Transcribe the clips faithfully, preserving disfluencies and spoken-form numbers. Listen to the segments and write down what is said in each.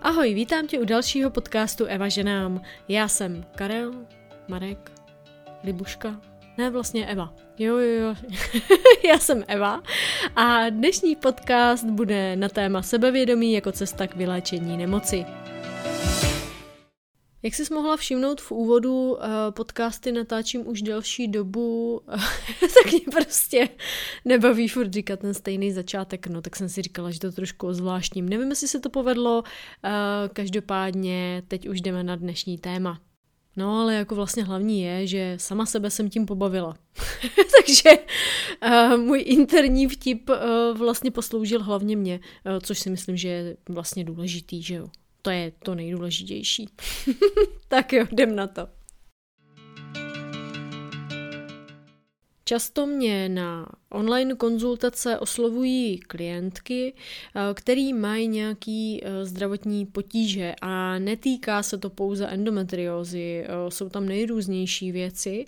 Ahoj, vítám tě u dalšího podcastu Eva ženám. Já jsem Karel, Marek, Libuška, ne vlastně Eva. Jo, jo, jo, já jsem Eva a dnešní podcast bude na téma sebevědomí jako cesta k vyléčení nemoci. Jak jsi mohla všimnout v úvodu, podcasty natáčím už delší dobu, tak mě prostě nebaví furt říkat ten stejný začátek, no tak jsem si říkala, že to trošku zvláštním. Nevím, jestli se to povedlo, každopádně teď už jdeme na dnešní téma. No ale jako vlastně hlavní je, že sama sebe jsem tím pobavila. Takže uh, můj interní vtip uh, vlastně posloužil hlavně mě, uh, což si myslím, že je vlastně důležitý, že jo. To je to nejdůležitější. Tak jo, jdem na to. Často mě na online konzultace oslovují klientky, který mají nějaký zdravotní potíže a netýká se to pouze endometriózy, jsou tam nejrůznější věci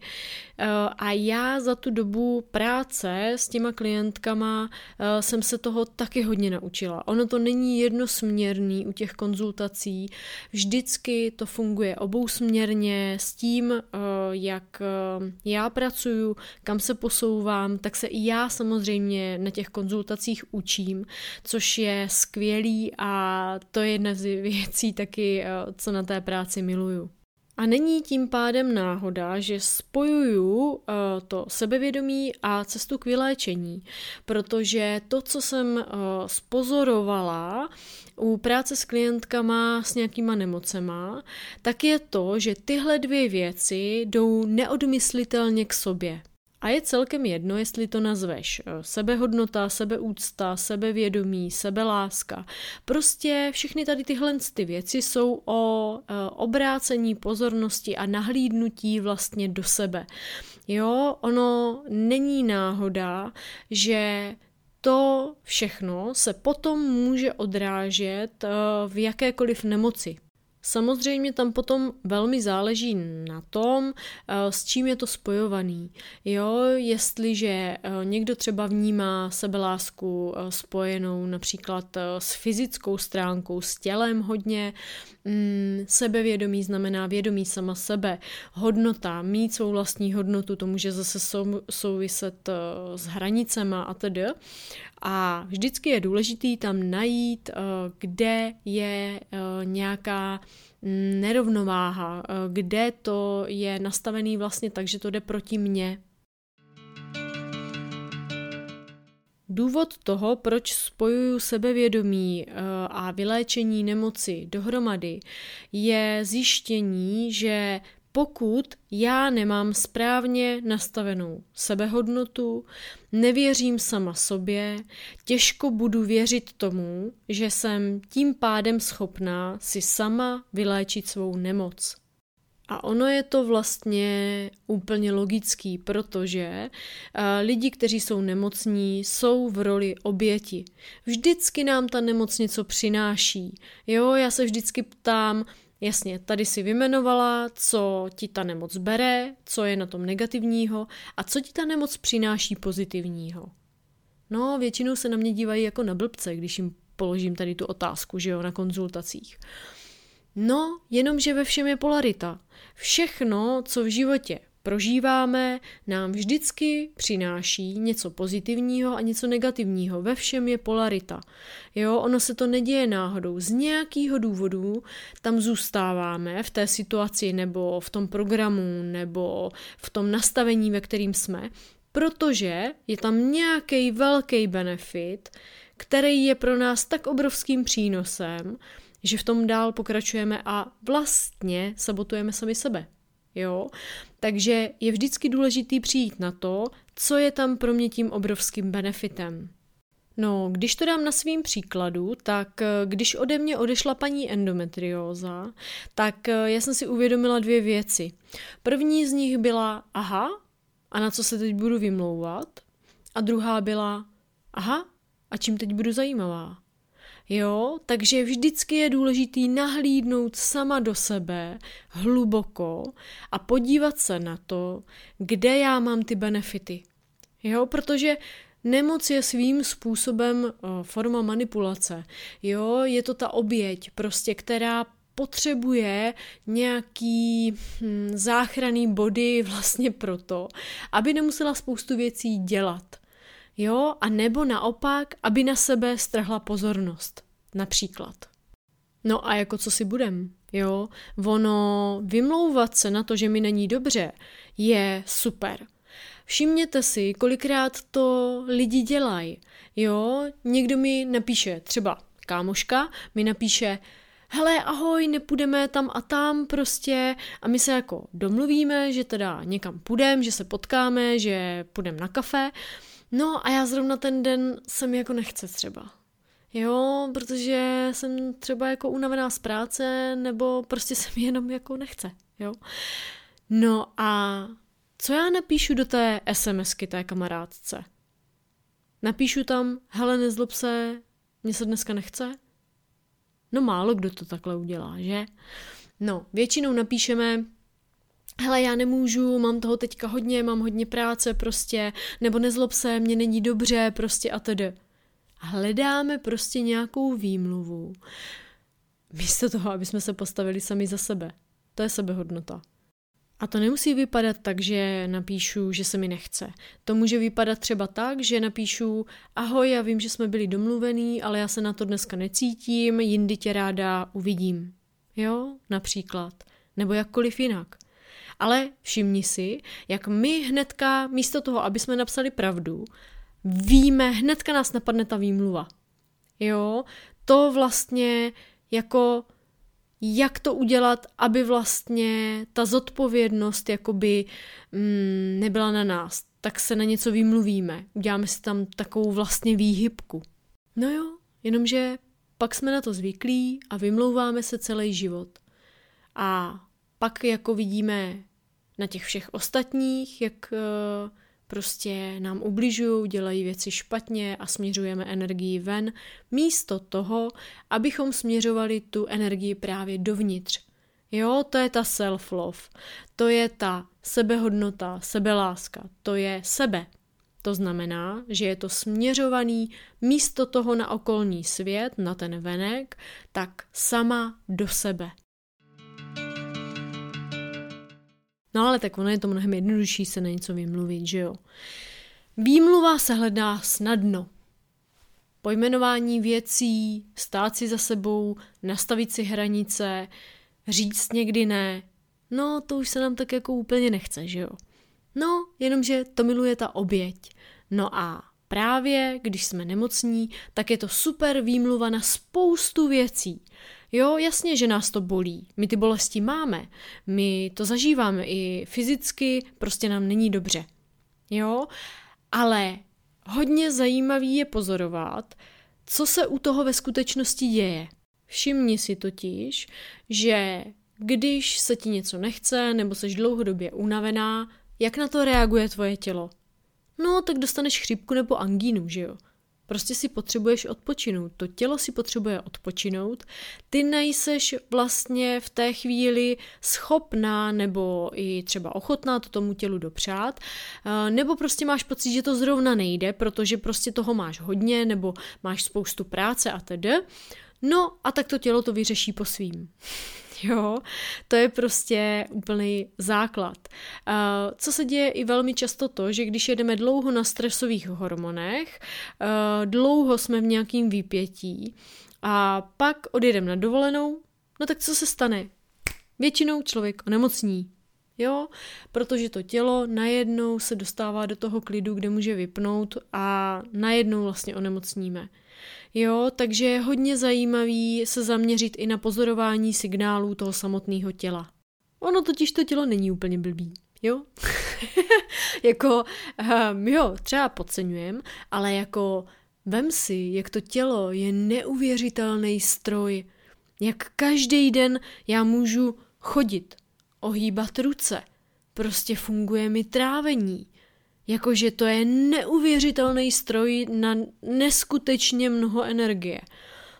a já za tu dobu práce s těma klientkama jsem se toho taky hodně naučila. Ono to není jednosměrný u těch konzultací, vždycky to funguje obousměrně s tím, jak já pracuju, kam se posouvám, tak se i já samozřejmě na těch konzultacích učím, což je skvělý a to je jedna z věcí taky, co na té práci miluju. A není tím pádem náhoda, že spojuju uh, to sebevědomí a cestu k vyléčení, protože to, co jsem uh, spozorovala u práce s klientkama s nějakýma nemocema, tak je to, že tyhle dvě věci jdou neodmyslitelně k sobě. A je celkem jedno, jestli to nazveš sebehodnota, sebeúcta, sebevědomí, sebeláska. Prostě všechny tady tyhle ty věci jsou o obrácení pozornosti a nahlídnutí vlastně do sebe. Jo, ono není náhoda, že to všechno se potom může odrážet v jakékoliv nemoci. Samozřejmě tam potom velmi záleží na tom, s čím je to spojovaný. Jo, jestliže někdo třeba vnímá sebelásku spojenou například s fyzickou stránkou, s tělem hodně, mm, sebevědomí znamená vědomí sama sebe, hodnota, mít svou vlastní hodnotu, to může zase sou, souviset s hranicema a tedy. A vždycky je důležitý tam najít, kde je nějaká nerovnováha, kde to je nastavený vlastně tak, že to jde proti mně. Důvod toho, proč spojuju sebevědomí a vyléčení nemoci dohromady, je zjištění, že pokud já nemám správně nastavenou sebehodnotu, nevěřím sama sobě, těžko budu věřit tomu, že jsem tím pádem schopná si sama vyléčit svou nemoc. A ono je to vlastně úplně logický, protože lidi, kteří jsou nemocní, jsou v roli oběti. Vždycky nám ta nemoc něco přináší. Jo, já se vždycky ptám, jasně, tady si vymenovala, co ti ta nemoc bere, co je na tom negativního a co ti ta nemoc přináší pozitivního. No, většinou se na mě dívají jako na blbce, když jim položím tady tu otázku, že jo, na konzultacích. No, jenomže ve všem je polarita. Všechno, co v životě prožíváme, nám vždycky přináší něco pozitivního a něco negativního. Ve všem je polarita. Jo, ono se to neděje náhodou. Z nějakého důvodu tam zůstáváme v té situaci nebo v tom programu nebo v tom nastavení, ve kterým jsme, protože je tam nějaký velký benefit, který je pro nás tak obrovským přínosem, že v tom dál pokračujeme a vlastně sabotujeme sami sebe. Jo? Takže je vždycky důležitý přijít na to, co je tam pro mě tím obrovským benefitem. No, když to dám na svým příkladu, tak když ode mě odešla paní endometrióza, tak já jsem si uvědomila dvě věci. První z nich byla, aha, a na co se teď budu vymlouvat? A druhá byla, aha, a čím teď budu zajímavá? Jo, takže vždycky je důležitý nahlídnout sama do sebe hluboko a podívat se na to, kde já mám ty benefity. Jo, protože Nemoc je svým způsobem uh, forma manipulace. Jo, je to ta oběť, prostě, která potřebuje nějaký hm, záchranný body vlastně proto, aby nemusela spoustu věcí dělat. Jo, a nebo naopak, aby na sebe strhla pozornost. Například. No a jako co si budem, jo, ono vymlouvat se na to, že mi není dobře, je super. Všimněte si, kolikrát to lidi dělají, jo, někdo mi napíše, třeba kámoška mi napíše, hele, ahoj, nepůjdeme tam a tam prostě a my se jako domluvíme, že teda někam půjdem, že se potkáme, že půjdem na kafe, no a já zrovna ten den se mi jako nechce třeba. Jo, protože jsem třeba jako unavená z práce, nebo prostě se mi jenom jako nechce, jo. No a co já napíšu do té SMSky té kamarádce? Napíšu tam, hele, nezlob se, mně se dneska nechce? No málo kdo to takhle udělá, že? No, většinou napíšeme, hele, já nemůžu, mám toho teďka hodně, mám hodně práce prostě, nebo nezlob se, mně není dobře, prostě a tedy. Hledáme prostě nějakou výmluvu. Místo toho, aby jsme se postavili sami za sebe. To je sebehodnota. A to nemusí vypadat tak, že napíšu, že se mi nechce. To může vypadat třeba tak, že napíšu, ahoj, já vím, že jsme byli domluvení, ale já se na to dneska necítím, jindy tě ráda uvidím. Jo, například. Nebo jakkoliv jinak. Ale všimni si, jak my hnedka, místo toho, aby jsme napsali pravdu, víme, hnedka nás napadne ta výmluva. Jo, to vlastně jako, jak to udělat, aby vlastně ta zodpovědnost jakoby mm, nebyla na nás, tak se na něco vymluvíme. Uděláme si tam takovou vlastně výhybku. No jo, jenomže pak jsme na to zvyklí a vymlouváme se celý život. A pak jako vidíme na těch všech ostatních, jak uh, prostě nám ubližují, dělají věci špatně a směřujeme energii ven, místo toho, abychom směřovali tu energii právě dovnitř. Jo, to je ta self-love, to je ta sebehodnota, sebeláska, to je sebe. To znamená, že je to směřovaný místo toho na okolní svět, na ten venek, tak sama do sebe. No ale tak ono je to mnohem jednodušší se na něco vymluvit, že jo. Výmluva se hledá snadno. Pojmenování věcí, stát si za sebou, nastavit si hranice, říct někdy ne, no to už se nám tak jako úplně nechce, že jo. No, jenomže to miluje ta oběť. No a právě, když jsme nemocní, tak je to super výmluva na spoustu věcí. Jo, jasně, že nás to bolí. My ty bolesti máme. My to zažíváme i fyzicky, prostě nám není dobře. Jo, ale hodně zajímavý je pozorovat, co se u toho ve skutečnosti děje. Všimni si totiž, že když se ti něco nechce nebo seš dlouhodobě unavená, jak na to reaguje tvoje tělo? No, tak dostaneš chřipku nebo angínu, že jo? Prostě si potřebuješ odpočinout. To tělo si potřebuje odpočinout. Ty nejseš vlastně v té chvíli schopná nebo i třeba ochotná to tomu tělu dopřát, nebo prostě máš pocit, že to zrovna nejde, protože prostě toho máš hodně nebo máš spoustu práce a tedy. No a tak to tělo to vyřeší po svým. Jo, to je prostě úplný základ. Uh, co se děje i velmi často to, že když jedeme dlouho na stresových hormonech, uh, dlouho jsme v nějakým výpětí a pak odjedeme na dovolenou, no tak co se stane? Většinou člověk onemocní. Jo, protože to tělo najednou se dostává do toho klidu, kde může vypnout a najednou vlastně onemocníme. Jo, takže je hodně zajímavý se zaměřit i na pozorování signálů toho samotného těla. Ono totiž to tělo není úplně blbý, jo? jako, um, jo, třeba podceňujem, ale jako vem si, jak to tělo je neuvěřitelný stroj. Jak každý den já můžu chodit, ohýbat ruce, prostě funguje mi trávení. Jakože to je neuvěřitelný stroj na neskutečně mnoho energie.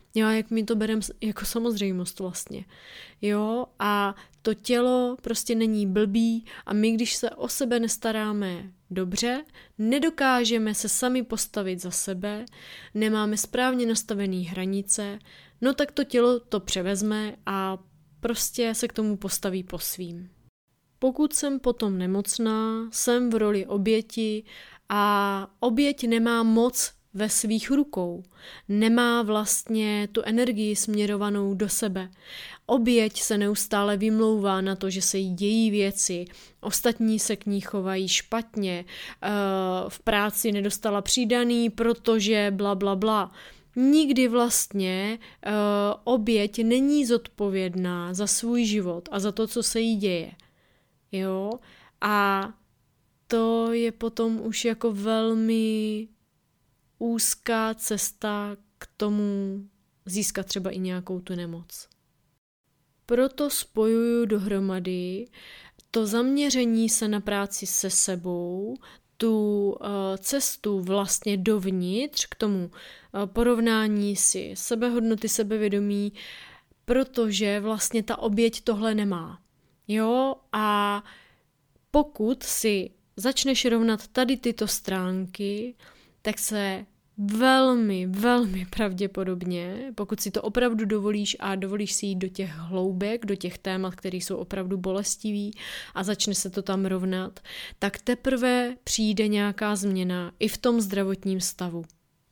Jo, jak my to bereme jako samozřejmost vlastně. Jo, a to tělo prostě není blbý a my, když se o sebe nestaráme dobře, nedokážeme se sami postavit za sebe, nemáme správně nastavené hranice, no tak to tělo to převezme a prostě se k tomu postaví po svým. Pokud jsem potom nemocná, jsem v roli oběti a oběť nemá moc ve svých rukou. Nemá vlastně tu energii směrovanou do sebe. Oběť se neustále vymlouvá na to, že se jí dějí věci, ostatní se k ní chovají špatně, v práci nedostala přidaný, protože bla bla bla. Nikdy vlastně oběť není zodpovědná za svůj život a za to, co se jí děje. Jo? A to je potom už jako velmi úzká cesta k tomu získat třeba i nějakou tu nemoc. Proto spojuju dohromady to zaměření se na práci se sebou, tu uh, cestu vlastně dovnitř k tomu uh, porovnání si sebehodnoty, sebevědomí, protože vlastně ta oběť tohle nemá. Jo? A pokud si začneš rovnat tady tyto stránky, tak se velmi, velmi pravděpodobně, pokud si to opravdu dovolíš a dovolíš si jít do těch hloubek, do těch témat, které jsou opravdu bolestivý a začne se to tam rovnat, tak teprve přijde nějaká změna i v tom zdravotním stavu.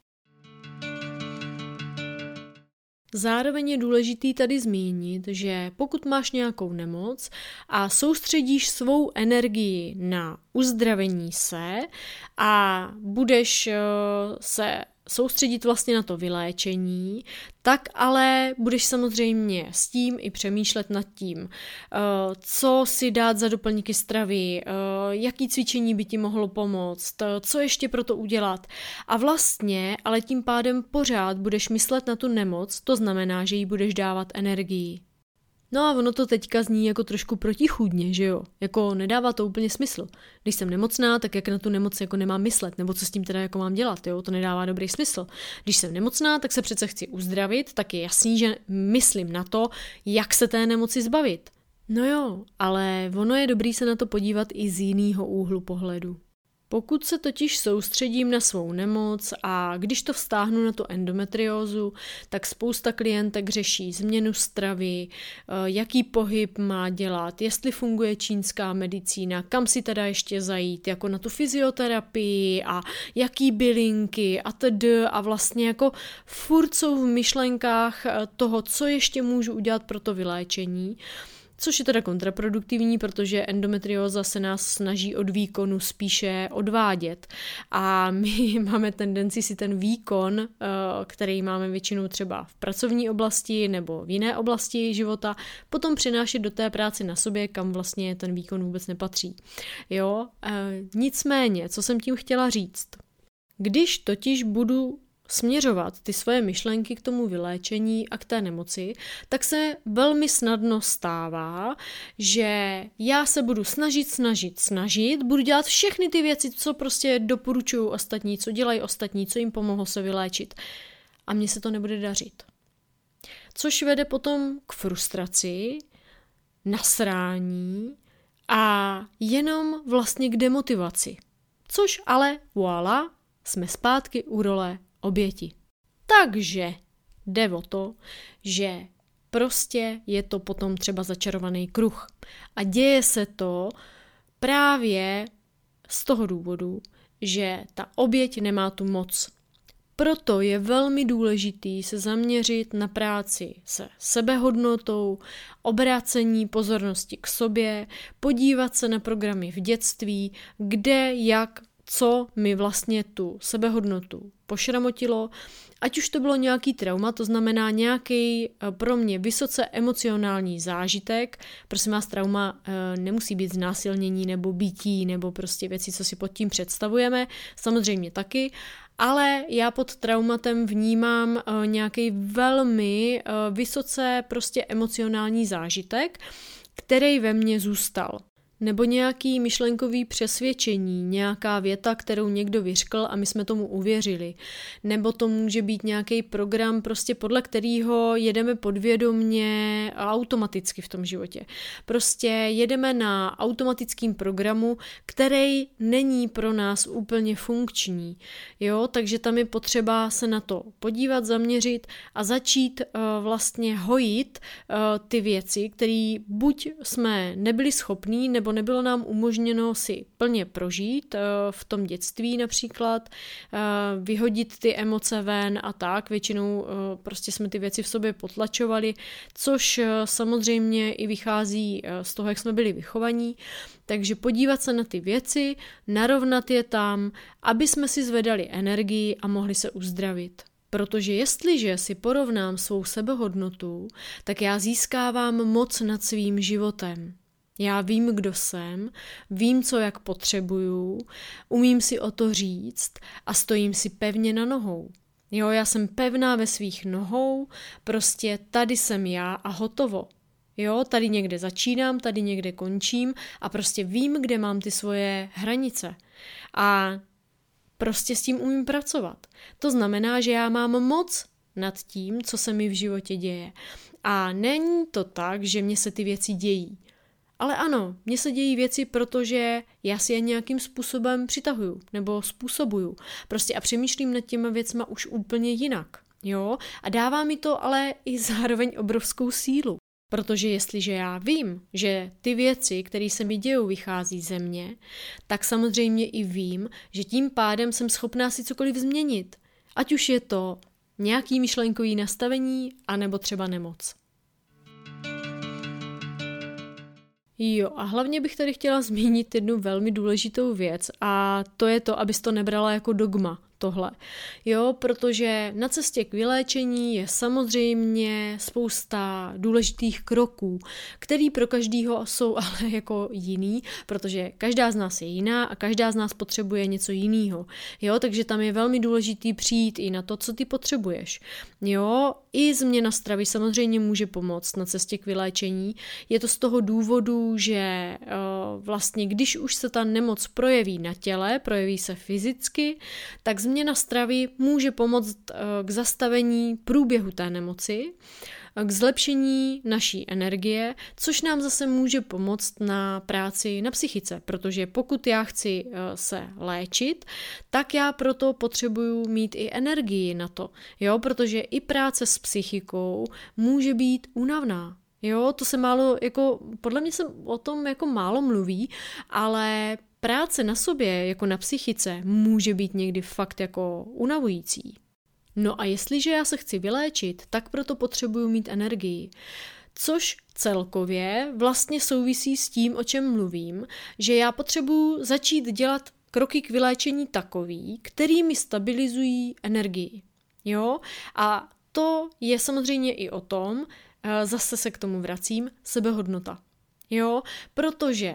Zároveň je důležitý tady zmínit, že pokud máš nějakou nemoc a soustředíš svou energii na uzdravení se a budeš se soustředit vlastně na to vyléčení, tak ale budeš samozřejmě s tím i přemýšlet nad tím, co si dát za doplňky stravy, jaký cvičení by ti mohlo pomoct, co ještě pro to udělat. A vlastně, ale tím pádem pořád budeš myslet na tu nemoc, to znamená, že jí budeš dávat energii. No a ono to teďka zní jako trošku protichůdně, že jo? Jako nedává to úplně smysl. Když jsem nemocná, tak jak na tu nemoc jako nemám myslet, nebo co s tím teda jako mám dělat, jo? To nedává dobrý smysl. Když jsem nemocná, tak se přece chci uzdravit, tak je jasný, že myslím na to, jak se té nemoci zbavit. No jo, ale ono je dobrý se na to podívat i z jiného úhlu pohledu. Pokud se totiž soustředím na svou nemoc a když to vztáhnu na tu endometriózu, tak spousta klientek řeší změnu stravy, jaký pohyb má dělat, jestli funguje čínská medicína, kam si teda ještě zajít, jako na tu fyzioterapii a jaký bylinky a td. A vlastně jako furt jsou v myšlenkách toho, co ještě můžu udělat pro to vyléčení. Což je teda kontraproduktivní, protože endometrióza se nás snaží od výkonu spíše odvádět. A my máme tendenci si ten výkon, který máme většinou třeba v pracovní oblasti nebo v jiné oblasti života, potom přinášet do té práce na sobě, kam vlastně ten výkon vůbec nepatří. Jo? Nicméně, co jsem tím chtěla říct? Když totiž budu směřovat ty svoje myšlenky k tomu vyléčení a k té nemoci, tak se velmi snadno stává, že já se budu snažit, snažit, snažit, budu dělat všechny ty věci, co prostě doporučují ostatní, co dělají ostatní, co jim pomohlo se vyléčit. A mně se to nebude dařit. Což vede potom k frustraci, nasrání a jenom vlastně k demotivaci. Což ale, voilà, jsme zpátky u role oběti. Takže jde o to, že prostě je to potom třeba začarovaný kruh. A děje se to právě z toho důvodu, že ta oběť nemá tu moc. Proto je velmi důležitý se zaměřit na práci se sebehodnotou, obrácení pozornosti k sobě, podívat se na programy v dětství, kde, jak, co mi vlastně tu sebehodnotu pošramotilo, ať už to bylo nějaký trauma, to znamená nějaký pro mě vysoce emocionální zážitek. Prosím vás, trauma e, nemusí být znásilnění nebo býtí nebo prostě věci, co si pod tím představujeme, samozřejmě taky, ale já pod traumatem vnímám e, nějaký velmi e, vysoce prostě emocionální zážitek, který ve mně zůstal. nebo nějaký myšlenkový přesvědčení, nějaká věta, kterou někdo vyřkl a my jsme tomu uvěřili. Nebo to může být nějaký program, prostě podle kterého jedeme podvědomně a automaticky v tom životě. Prostě jedeme na automatickém programu, který není pro nás úplně funkční. Jo, takže tam je potřeba se na to podívat, zaměřit a začít uh, vlastně hojit uh, ty věci, které buď jsme nebyli schopní, nebo nebylo nám umožněno si plně prožít v tom dětství například, vyhodit ty emoce ven a tak. Většinou prostě jsme ty věci v sobě potlačovali, což samozřejmě i vychází z toho, jak jsme byli vychovaní. Takže podívat se na ty věci, narovnat je tam, aby jsme si zvedali energii a mohli se uzdravit. Protože jestliže si porovnám svou sebehodnotu, tak já získávám moc nad svým životem. Já vím, kdo jsem, vím, co jak potřebuju, umím si o to říct a stojím si pevně na nohou. Jo, já jsem pevná ve svých nohou, prostě tady jsem já a hotovo. Jo, tady někde začínám, tady někde končím a prostě vím, kde mám ty svoje hranice. A prostě s tím umím pracovat. To znamená, že já mám moc nad tím, co se mi v životě děje. A není to tak, že mně se ty věci dějí. Ale ano, mně se dějí věci, protože já si je nějakým způsobem přitahuju nebo způsobuju. Prostě a přemýšlím nad těma věcma už úplně jinak. Jo? A dává mi to ale i zároveň obrovskou sílu. Protože jestliže já vím, že ty věci, které se mi dějou, vychází ze mě, tak samozřejmě i vím, že tím pádem jsem schopná si cokoliv změnit. Ať už je to nějaký myšlenkový nastavení, anebo třeba nemoc. Jo, a hlavně bych tady chtěla zmínit jednu velmi důležitou věc a to je to, abys to nebrala jako dogma, tohle. Jo, protože na cestě k vyléčení je samozřejmě spousta důležitých kroků, který pro každýho jsou ale jako jiný, protože každá z nás je jiná a každá z nás potřebuje něco jiného. Jo, takže tam je velmi důležitý přijít i na to, co ty potřebuješ. Jo, i změna stravy samozřejmě může pomoct na cestě k vyléčení. Je to z toho důvodu, že uh, vlastně když už se ta nemoc projeví na těle, projeví se fyzicky, tak změna stravy může pomoct k zastavení průběhu té nemoci, k zlepšení naší energie, což nám zase může pomoct na práci na psychice, protože pokud já chci se léčit, tak já proto potřebuju mít i energii na to, jo, protože i práce s psychikou může být únavná. Jo, to se málo, jako, podle mě se o tom jako málo mluví, ale práce na sobě, jako na psychice, může být někdy fakt jako unavující. No a jestliže já se chci vyléčit, tak proto potřebuju mít energii. Což celkově vlastně souvisí s tím, o čem mluvím, že já potřebuju začít dělat kroky k vyléčení takový, který mi stabilizují energii. Jo? A to je samozřejmě i o tom, zase se k tomu vracím, sebehodnota. Jo? Protože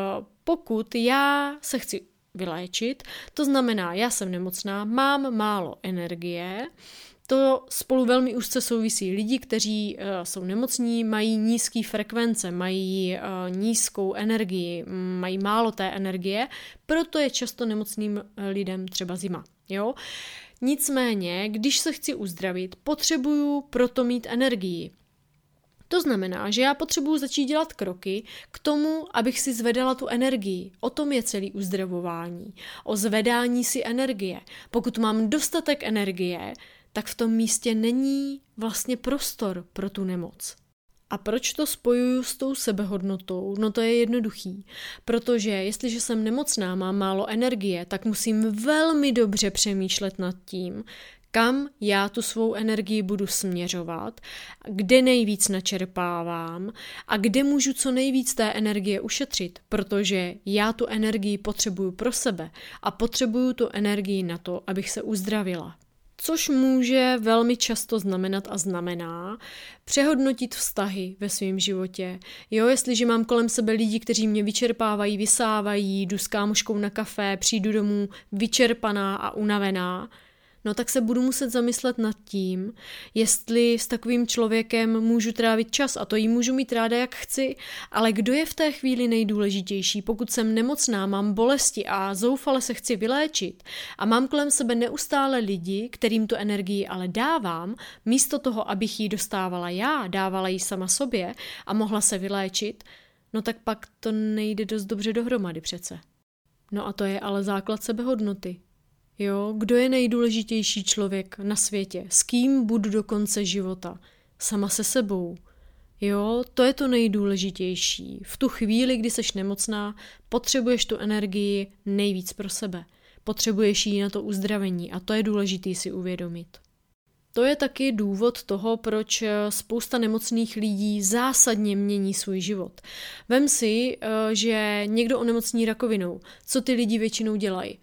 pokud já se chci vyléčit, to znamená, já jsem nemocná, mám málo energie, to spolu velmi úzce souvisí. Lidi, kteří uh, jsou nemocní, mají nízké frekvence, mají uh, nízkou energii, mají málo té energie, proto je často nemocným lidem třeba zima. Jo? Nicméně, když se chci uzdravit, potřebuju proto mít energii. To znamená, že já potřebuji začít dělat kroky k tomu, abych si zvedala tu energii. O tom je celý uzdravování. O zvedání si energie. Pokud mám dostatek energie, tak v tom místě není vlastně prostor pro tu nemoc. A proč to spojuju s tou sebehodnotou? No to je jednoduchý. Protože jestliže jsem nemocná, mám málo energie, tak musím velmi dobře přemýšlet nad tím, kam já tu svou energii budu směřovat, kde nejvíc načerpávám a kde můžu co nejvíc té energie ušetřit, protože já tu energii potřebuju pro sebe a potřebuju tu energii na to, abych se uzdravila. Což může velmi často znamenat a znamená přehodnotit vztahy ve svém životě. Jo, jestliže mám kolem sebe lidi, kteří mě vyčerpávají, vysávají, jdu s kámoškou na kafé, přijdu domů vyčerpaná a unavená, no tak se budu muset zamyslet nad tím, jestli s takovým člověkem můžu trávit čas a to jí můžu mít ráda, jak chci, ale kdo je v té chvíli nejdůležitější? Pokud jsem nemocná, mám bolesti a zoufale se chci vyléčit a mám kolem sebe neustále lidi, kterým tu energii ale dávám, místo toho, abych ji dostávala já, dávala ji sama sobě a mohla se vyléčit, no tak pak to nejde dost dobře dohromady přece. No a to je ale základ sebehodnoty. Jo, kdo je nejdůležitější člověk na světě? S kým budu do konce života? Sama se sebou. Jo, to je to nejdůležitější. V tu chvíli, kdy seš nemocná, potřebuješ tu energii nejvíc pro sebe. Potřebuješ ji na to uzdravení a to je důležité si uvědomit. To je taky důvod toho, proč spousta nemocných lidí zásadně mění svůj život. Vem si, že někdo onemocní rakovinou. Co ty lidi většinou dělají?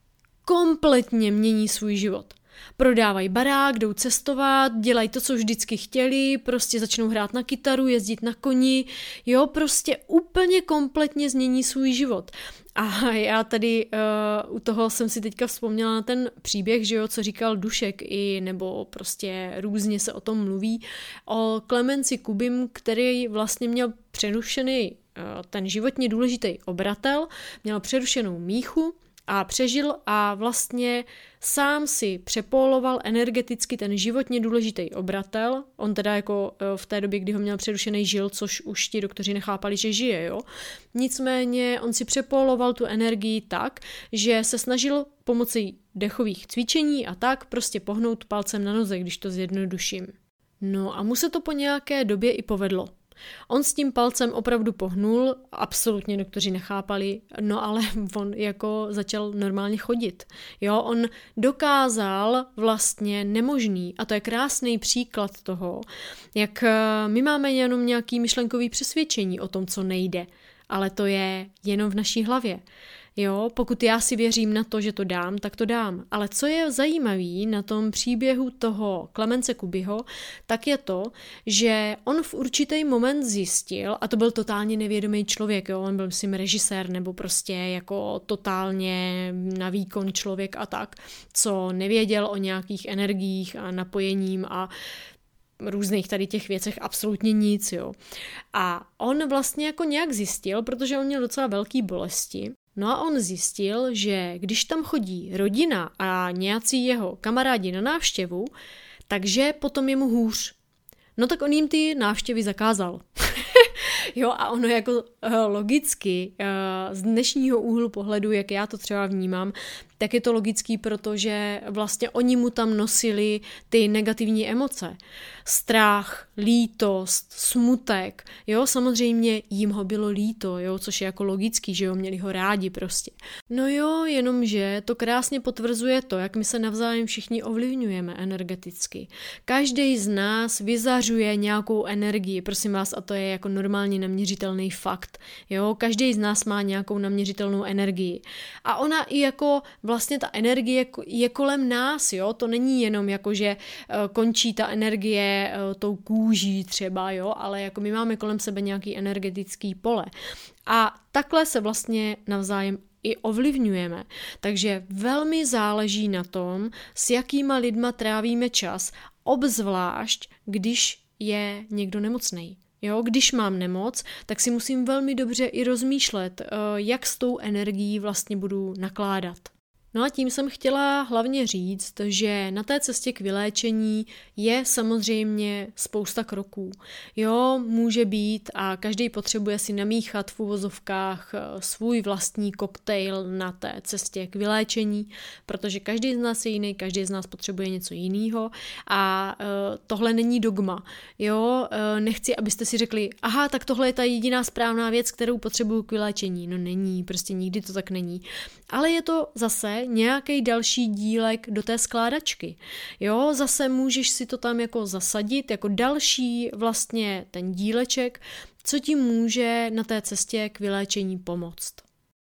Kompletně mění svůj život. Prodávají barák, jdou cestovat, dělají to, co vždycky chtěli, prostě začnou hrát na kytaru, jezdit na koni, jo, prostě úplně kompletně změní svůj život. A já tady uh, u toho jsem si teďka vzpomněla na ten příběh, že jo, co říkal Dušek i, nebo prostě různě se o tom mluví, o Klemenci Kubim, který vlastně měl přerušený uh, ten životně důležitý obratel, měl přerušenou míchu, a přežil a vlastně sám si přepoloval energeticky ten životně důležitý obratel. On teda jako v té době, kdy ho měl přerušený, žil, což už ti doktoři nechápali, že žije, jo. Nicméně on si přepoloval tu energii tak, že se snažil pomocí dechových cvičení a tak prostě pohnout palcem na noze, když to zjednoduším. No a mu se to po nějaké době i povedlo. On s tím palcem opravdu pohnul, absolutně doktoři nechápali, no ale on jako začal normálně chodit. Jo, on dokázal vlastně nemožný a to je krásný příklad toho, jak my máme jenom nějaký myšlenkový přesvědčení o tom, co nejde, ale to je jenom v naší hlavě. Jo, pokud já si věřím na to, že to dám, tak to dám. Ale co je zajímavé na tom příběhu toho Klemence Kubiho, tak je to, že on v určitý moment zjistil, a to byl totálně nevědomý člověk, jo, on byl myslím režisér nebo prostě jako totálně na výkon člověk a tak, co nevěděl o nějakých energiích a napojením a různých tady těch věcech absolutně nic, jo. A on vlastně jako nějak zjistil, protože on měl docela velký bolesti, no a on zjistil, že když tam chodí rodina a nějací jeho kamarádi na návštěvu, takže potom je mu hůř. No tak on jim ty návštěvy zakázal. Jo, a ono jako uh, logicky, uh, z dnešního úhlu pohledu, jak já to třeba vnímám, tak je to logický, protože vlastně oni mu tam nosili ty negativní emoce. Strach, lítost, smutek, jo, samozřejmě jim ho bylo líto, jo, což je jako logický, že jo, měli ho rádi prostě. No jo, jenomže to krásně potvrzuje to, jak my se navzájem všichni ovlivňujeme energeticky. Každý z nás vyzařuje nějakou energii, prosím vás, a to je jako normálně naměřitelný fakt, jo, každý z nás má nějakou naměřitelnou energii. A ona i jako vlastně ta energie je kolem nás, jo, to není jenom jako, že končí ta energie tou kůží třeba, jo, ale jako my máme kolem sebe nějaký energetický pole. A takhle se vlastně navzájem i ovlivňujeme. Takže velmi záleží na tom, s jakýma lidma trávíme čas, obzvlášť, když je někdo nemocnej. Jo, když mám nemoc, tak si musím velmi dobře i rozmýšlet, jak s tou energií vlastně budu nakládat. No a tím jsem chtěla hlavně říct, že na té cestě k vyléčení je samozřejmě spousta kroků. Jo, může být a každý potřebuje si namíchat v uvozovkách svůj vlastní koktejl na té cestě k vyléčení, protože každý z nás je jiný, každý z nás potřebuje něco jiného a uh, tohle není dogma. Jo, uh, nechci, abyste si řekli, aha, tak tohle je ta jediná správná věc, kterou potřebuju k vyléčení. No není, prostě nikdy to tak není. Ale je to zase nějaký další dílek do té skládačky. Jo, zase můžeš si to tam jako zasadit, jako další vlastně ten díleček, co ti může na té cestě k vyléčení pomoct.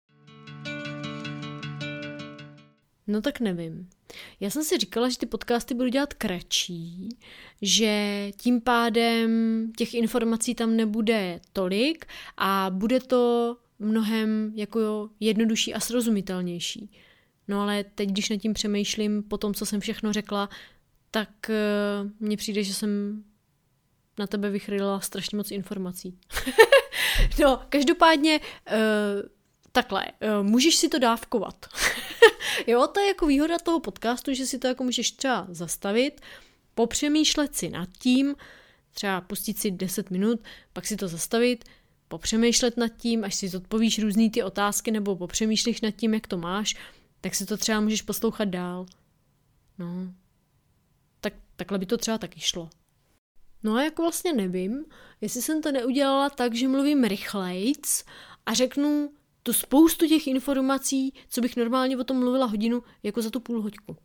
No tak nevím. Já jsem si říkala, že ty podcasty budu dělat kratší, že tím pádem těch informací tam nebude tolik a bude to mnohem jako jednodušší a srozumitelnější. No ale teď, když nad tím přemýšlím po tom, co jsem všechno řekla, tak uh, mně přijde, že jsem na tebe vychrylila strašně moc informací. No, každopádně uh, takhle, uh, můžeš si to dávkovat. Jo, to je jako výhoda toho podcastu, že si to jako můžeš třeba zastavit, popřemýšlet si nad tím, třeba pustit si deset minut, pak si to zastavit, popřemýšlet nad tím, až si odpovíš různý ty otázky nebo popřemýšlíš nad tím, jak to máš, tak si to třeba můžeš poslouchat dál. No, tak takhle by to třeba taky šlo. No a jako vlastně nevím, jestli jsem to neudělala tak, že mluvím rychlejc a řeknu tu spoustu těch informací, co bych normálně o tom mluvila hodinu, jako za tu půl hoďku.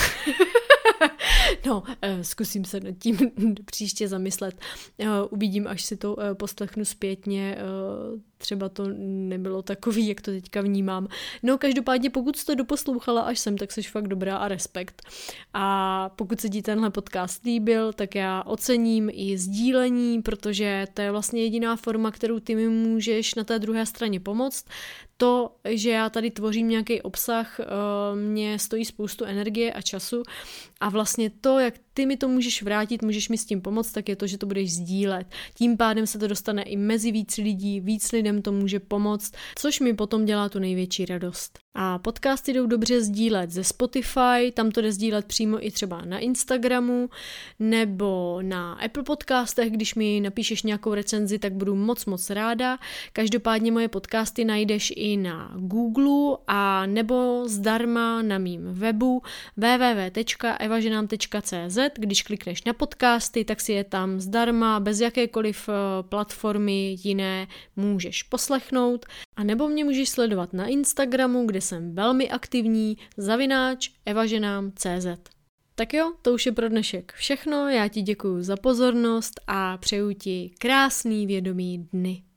No, zkusím se nad tím příště zamyslet. Uvidím, až si to poslechnu zpětně. Třeba to nebylo takový, jak to teďka vnímám. No, každopádně, pokud jsi to doposlouchala až sem, tak jsi fakt dobrá a respekt. A pokud se ti tenhle podcast líbil, tak já ocením i sdílení, protože to je vlastně jediná forma, kterou ty mi můžeš na té druhé straně pomoct. To, že já tady tvořím nějaký obsah, mě stojí spoustu energie a času a vlastně to, jak ty mi to můžeš vrátit, můžeš mi s tím pomoct, tak je to, že to budeš sdílet. Tím pádem se to dostane i mezi víc lidí, víc lidem to může pomoct, což mi potom dělá tu největší radost. A podcasty jdou dobře sdílet ze Spotify, tam to jde sdílet přímo i třeba na Instagramu, nebo na Apple podcastech, když mi napíšeš nějakou recenzi, tak budu moc moc ráda. Každopádně moje podcasty najdeš i na Google a nebo zdarma na mým webu w w w tečka evaženám tečka c z. Když klikneš na podcasty, tak si je tam zdarma, bez jakékoliv platformy jiné můžeš poslechnout. A nebo mě můžeš sledovat na Instagramu, kde jsem velmi aktivní, zavináč evaženám tečka c z. Tak jo, to už je pro dnešek všechno, já ti děkuju za pozornost a přeju ti krásný vědomý dny.